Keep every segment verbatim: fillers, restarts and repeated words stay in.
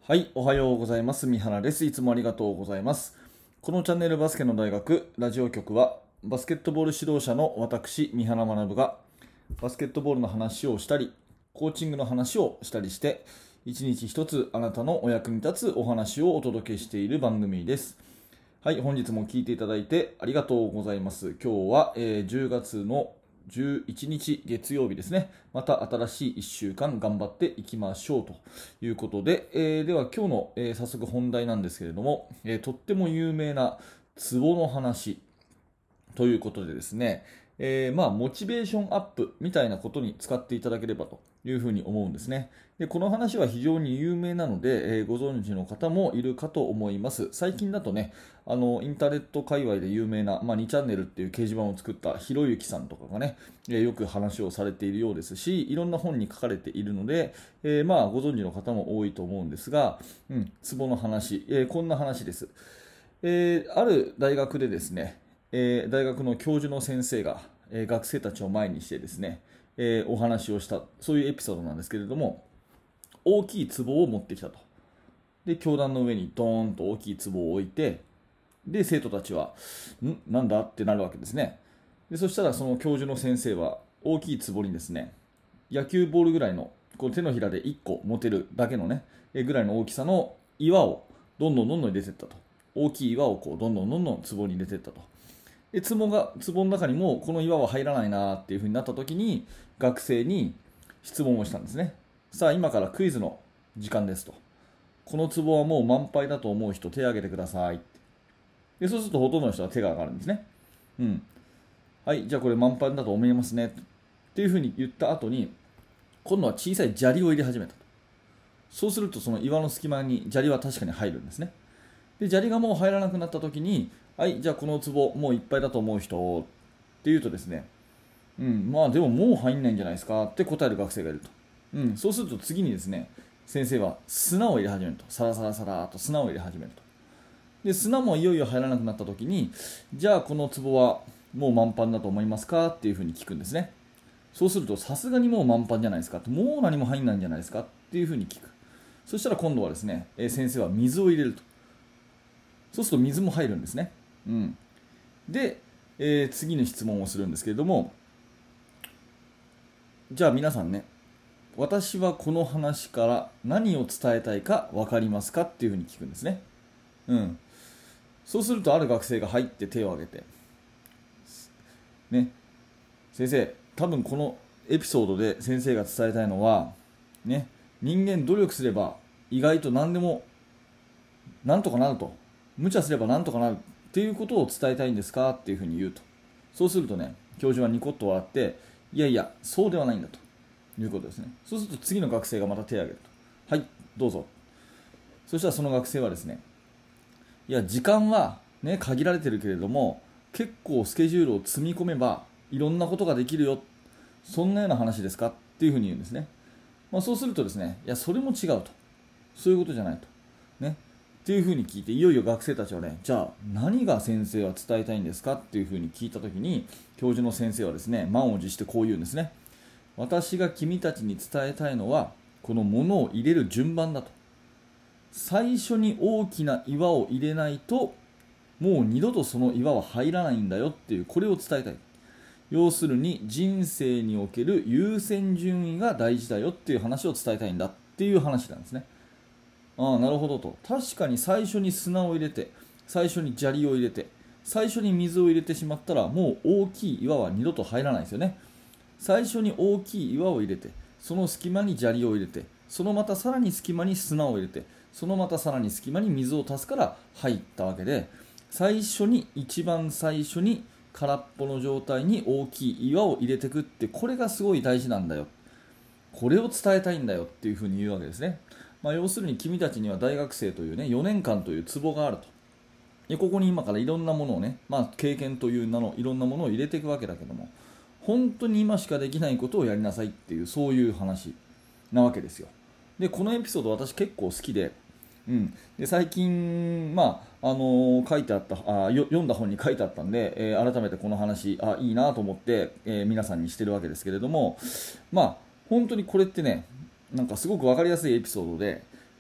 はい、おはようございます。三原です。いつもありがとうございます。このチャンネルバスケの大学ラジオ局は、バスケットボール指導者の私、三原学が、バスケットボールの話をしたり、コーチングの話をしたりして、一日一つあなたのお役に立つお話をお届けしている番組です。はい、本日も聞いていただいてありがとうございます。今日は、えーじゅうがつのじゅういちにち月曜日ですね。また新しいいっしゅうかん頑張っていきましょうということで、えーでは今日の、えー早速本題なんですけれども、えーとっても有名なツボの話ということでですね、えーまあ、モチベーションアップみたいなことに使っていただければというふうに思うんですね。で、この話は非常に有名なので、えーご存知の方もいるかと思います。最近だとね、あのインターネット界隈で有名な、まあ、にチャンネルっていう掲示板を作ったひろゆきさんとかがね、えーよく話をされているようですし、いろんな本に書かれているので、えーまあ、ご存知の方も多いと思うんですが、うん、ツボの話、えーこんな話です。えーある大学でですね、えー大学の教授の先生が、えー学生たちを前にしてですね、えーお話をした、そういうエピソードなんですけれども、大きい壺を持ってきたと。で、教壇の上にドーンと大きい壺を置いて、で、生徒たちは、んなんだってなるわけですね。で、そしたらその教授の先生は、大きい壺にですね、野球ボールぐらいの、こう手のひらでいっこ持てるだけのね、えぐらいの大きさの岩をどんどんどんどん入れていったと。大きい岩をこうどんどんどんどん壺に入れていったと。で、壺が、壺の中にもこの岩は入らないなっていう風になった時に、学生に質問をしたんですね。さあ、今からクイズの時間ですと。この壺はもう満杯だと思う人手を挙げてください。で、そうするとほとんどの人は手が上がるんですね。うん。はい、じゃあこれ満杯だと思いますね。っていう風に言った後に、今度は小さい砂利を入れ始めたと。そうするとその岩の隙間に砂利は確かに入るんですね。で、砂利がもう入らなくなった時に、はい、じゃあこの壺もういっぱいだと思う人って言うとですね、うん、まあでももう入んないんじゃないですかって答える学生がいると。うん、そうすると次にですね、先生は砂を入れ始めると。サラサラサラと砂を入れ始めると。で、砂もいよいよ入らなくなった時に、じゃあこの壺はもう満帆だと思いますかっていうふうに聞くんですね。そうすると、さすがにもう満帆じゃないですか、もう何も入んないんじゃないですかっていうふうに聞く。そしたら今度はですね、えー先生は水を入れると。そうすると水も入るんですね。うん。で、えー次の質問をするんですけれども、じゃあ皆さんね、私はこの話から何を伝えたいか分かりますかっていうふうに聞くんですね。うん。そうするとある学生が入って手を挙げて、ね、先生、多分このエピソードで先生が伝えたいのは、ね、人間努力すれば意外と何でもなんとかなると。無茶すればなんとかなるっていうことを伝えたいんですかっていうふうに言うと。そうするとね、教授はニコッと笑って、いやいや、そうではないんだということですね。そうすると次の学生がまた手を挙げると。はい、どうぞ。そしたらその学生はですね、いや、時間はね、限られてるけれども、結構スケジュールを積み込めば、いろんなことができるよ。そんなような話ですかっていうふうに言うんですね。まあ、そうするとですね、いや、それも違うと。そういうことじゃないと。ね。っていうふうに聞いて、いよいよ学生たちはね、じゃあ何が先生は伝えたいんですかっていうふうに聞いたときに、教授の先生はですね、満を持してこう言うんですね。私が君たちに伝えたいのは、この物を入れる順番だと。最初に大きな岩を入れないと、もう二度とその岩は入らないんだよっていう、これを伝えたい。要するに人生における優先順位が大事だよっていう話を伝えたいんだっていう話なんですね。ああ、なるほどと。確かに最初に砂を入れて、最初に砂利を入れて、最初に水を入れてしまったら、もう大きい岩は二度と入らないですよね。最初に大きい岩を入れて、その隙間に砂利を入れて、そのまたさらに隙間に砂を入れて、そのまたさらに隙間に水を足すから入ったわけで、最初に、一番最初に空っぽの状態に大きい岩を入れていくって、これがすごい大事なんだよ。これを伝えたいんだよっていうふうに言うわけですね。まあ、要するに君たちには大学生というね、よねんかんというツボがあると。でここに今からいろんなものをね、まあ、経験という名のいろんなものを入れていくわけだけども、本当に今しかできないことをやりなさいっていう、そういう話なわけですよ。で、このエピソード私結構好きで、うん、で最近、まああのー書いてあったあよ読んだ本に書いてあったんで、えー改めてこの話あいいなと思って、えー皆さんにしてるわけですけれども、まあ本当にこれってね、なんかすごく分かりやすいエピソードで、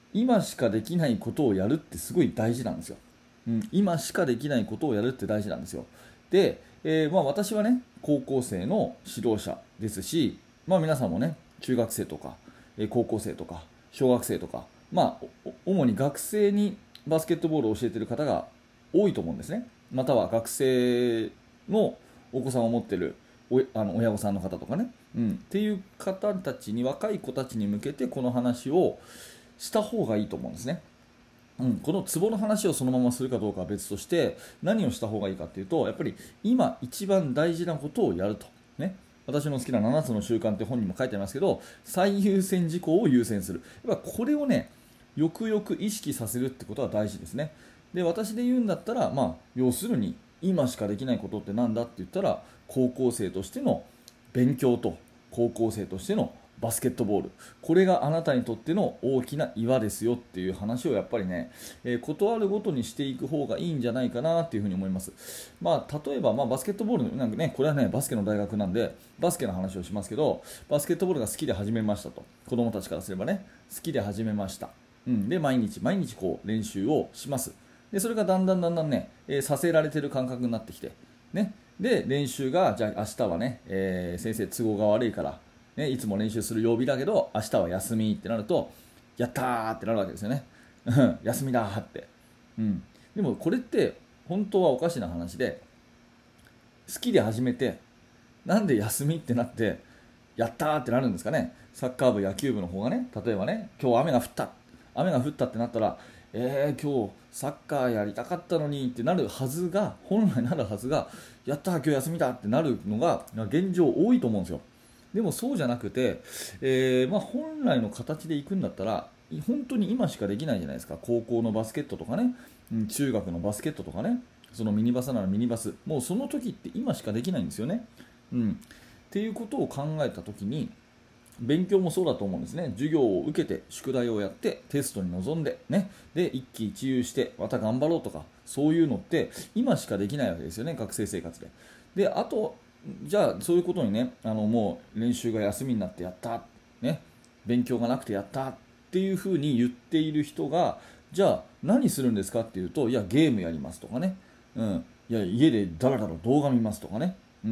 今しかできないことをやるってすごい大事なんですよ。うん、今しかできないことをやるって大事なんですよ。で、えーまあ、私はね高校生の指導者ですし、まあ、皆さんもね中学生とか、えー高校生とか小学生とか、まあ、お主に学生にバスケットボールを教えている方が多いと思うんですね。または学生のお子さんを持っているおあの親御さんの方とかね、うん、っていう方たちに、若い子たちに向けてこの話をした方がいいと思うんですね。うん、このツボの話をそのままするかどうかは別として、何をした方がいいかっていうと、やっぱり今一番大事なことをやると、ね、私の好きなななつの習慣って本にも書いてありますけど、最優先事項を優先する、やっぱこれをねよくよく意識させるってことは大事ですね。で、私で言うんだったら、まあ、要するに今しかできないことって何だって言ったら、高校生としての勉強と高校生としてのバスケットボール、これがあなたにとっての大きな岩ですよっていう話をやっぱりね、えー、ことあるごとにしていく方がいいんじゃないかなっていうふうに思います。まあ、例えば、まあ、バスケットボールのなんか、ね、これはねバスケの大学なんでバスケの話をしますけど、バスケットボールが好きで始めましたと、子供たちからすればね好きで始めました、うん、で毎日毎日こう練習をします。でそれがだんだんだんだんね、えーさせられてる感覚になってきてね、で練習がじゃあ明日はね、えー先生都合が悪いからね、いつも練習する曜日だけど明日は休みってなると、やったーってなるわけですよね。休みだーって、うん、でもこれって本当はおかしな話で、好きで始めてなんで休みってなってやったーってなるんですかね。サッカー部野球部の方がね、例えばね今日雨が降った雨が降ったってなったら、えー、今日サッカーやりたかったのにってなるはずが、本来なるはずが、やったー今日休みだってなるのが現状多いと思うんですよ。でもそうじゃなくて、えーまあ、本来の形で行くんだったら本当に今しかできないじゃないですか。高校のバスケットとかね、うん、中学のバスケットとかね、そのミニバスならミニバス、もうその時って今しかできないんですよね。うん、っていうことを考えた時に、勉強もそうだと思うんですね。授業を受けて宿題をやってテストに臨んで、ね、で一喜一憂してまた頑張ろうとか、そういうのって今しかできないわけですよね、学生生活で。であと、じゃあそういうことにね、あのもう練習が休みになってやった、ね、勉強がなくてやったっていうふうに言っている人が、じゃあ何するんですかっていうと、いやゲームやりますとかね、うん、いや家でだらだら動画見ますとかね、うん、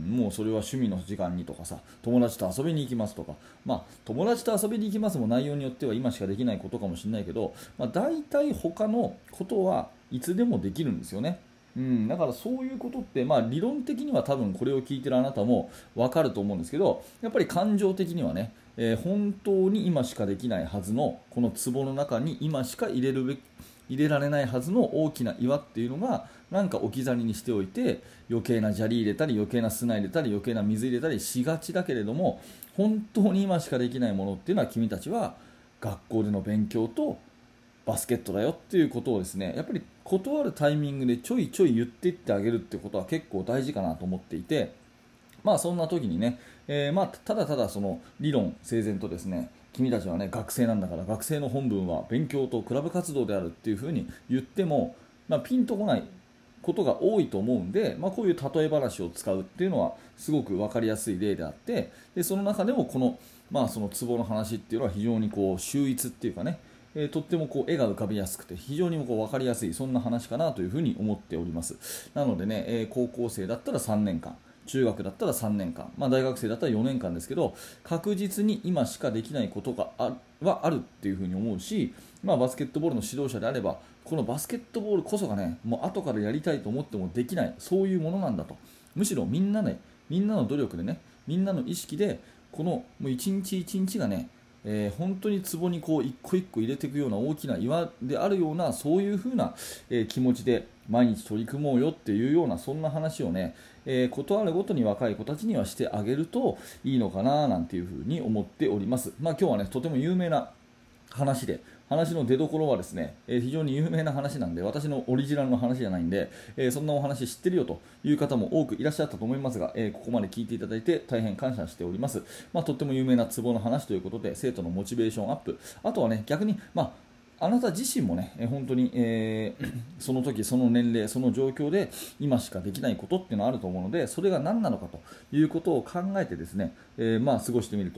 もうそれは趣味の時間にとかさ、友達と遊びに行きますとか、まあ、友達と遊びに行きますも内容によっては今しかできないことかもしれないけど、まあ、大体他のことはいつでもできるんですよね。うん、だからそういうことって、まあ、理論的には多分これを聞いてるあなたも分かると思うんですけど、やっぱり感情的にはね、えー本当に今しかできないはずのこの壺の中に今しか入れるべき入れられないはずの大きな岩っていうのがなんか置き去りにしておいて、余計な砂利入れたり余計な砂入れたり余計な水入れたりしがちだけれども、本当に今しかできないものっていうのは、君たちは学校での勉強とバスケットだよっていうことをですね、やっぱり断るタイミングでちょいちょい言っていってあげるってことは結構大事かなと思っていて、まあそんな時にね、えーまあただただその理論整然とですね、君たちはね学生なんだから学生の本分は勉強とクラブ活動であるっていうふうに言っても、まあ、ピンとこないことが多いと思うんで、まあ、こういう例え話を使うっていうのはすごく分かりやすい例であって、でその中でもこの、まあ、そのツボの話っていうのは非常にこう秀逸っていうかね、えーとってもこう絵が浮かびやすくて非常にこう分かりやすい、そんな話かなというふうに思っております。なのでね、えー高校生だったらさんねんかん、中学だったらさんねんかん、まあ、大学生だったらよねんかんですけど、確実に今しかできないことがあはあるっていうふうに思うし、まあ、バスケットボールの指導者であればこのバスケットボールこそがね、もう後からやりたいと思ってもできない、そういうものなんだと。むしろみんなね、みんなの努力でね、みんなの意識でこのもう一日一日がね、えー本当に壺にこう一個一個入れていくような大きな岩であるような、そういう風な、えー気持ちで毎日取り組もうよっていうような、そんな話をね、えー、ことあるごとに若い子たちにはしてあげるといいのかななんていう風に思っております。まあ、今日はねとても有名な話で、話の出所はですね、えー非常に有名な話なんで、私のオリジナルの話じゃないんで、えーそんなお話知ってるよという方も多くいらっしゃったと思いますが、えーここまで聞いていただいて大変感謝しております。まあ、とっても有名なツボの話ということで、生徒のモチベーションアップ、あとはね逆に、まああなた自身もね、えー本当に、えーその時その年齢その状況で今しかできないことっていうのはあると思うので、それが何なのかということを考えてですね、えーまあ過ごしてみると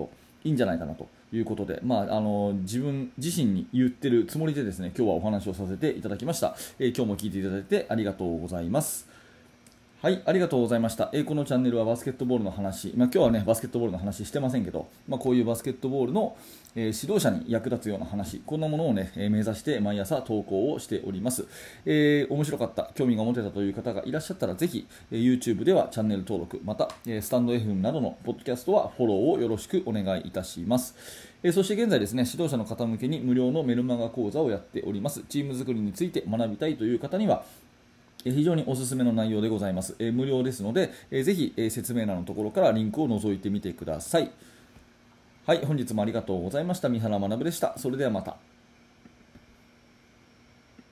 いいんじゃないかなということで、まあ、あの自分自身に言ってるつもりでですね、今日はお話をさせていただきました。えー今日も聞いていただいてありがとうございます。はい、ありがとうございました。えーこのチャンネルはバスケットボールの話、まあ、今日はね、バスケットボールの話してませんけど、まあ、こういうバスケットボールの、えー指導者に役立つような話、こんなものをね、えー目指して毎朝投稿をしております。えー面白かった、興味が持てたという方がいらっしゃったら、ぜひ、えー YouTube ではチャンネル登録、また、えースタンド エフエム などのポッドキャストはフォローをよろしくお願いいたします。えーそして現在ですね、指導者の方向けに無料のメルマガ講座をやっております。チーム作りについて学びたいという方には、えー非常におすすめの内容でございます。えー無料ですので、えーぜひ、えー説明欄のところからリンクを覗いてみてください。はい、本日もありがとうございました。三原学でした。それではまた。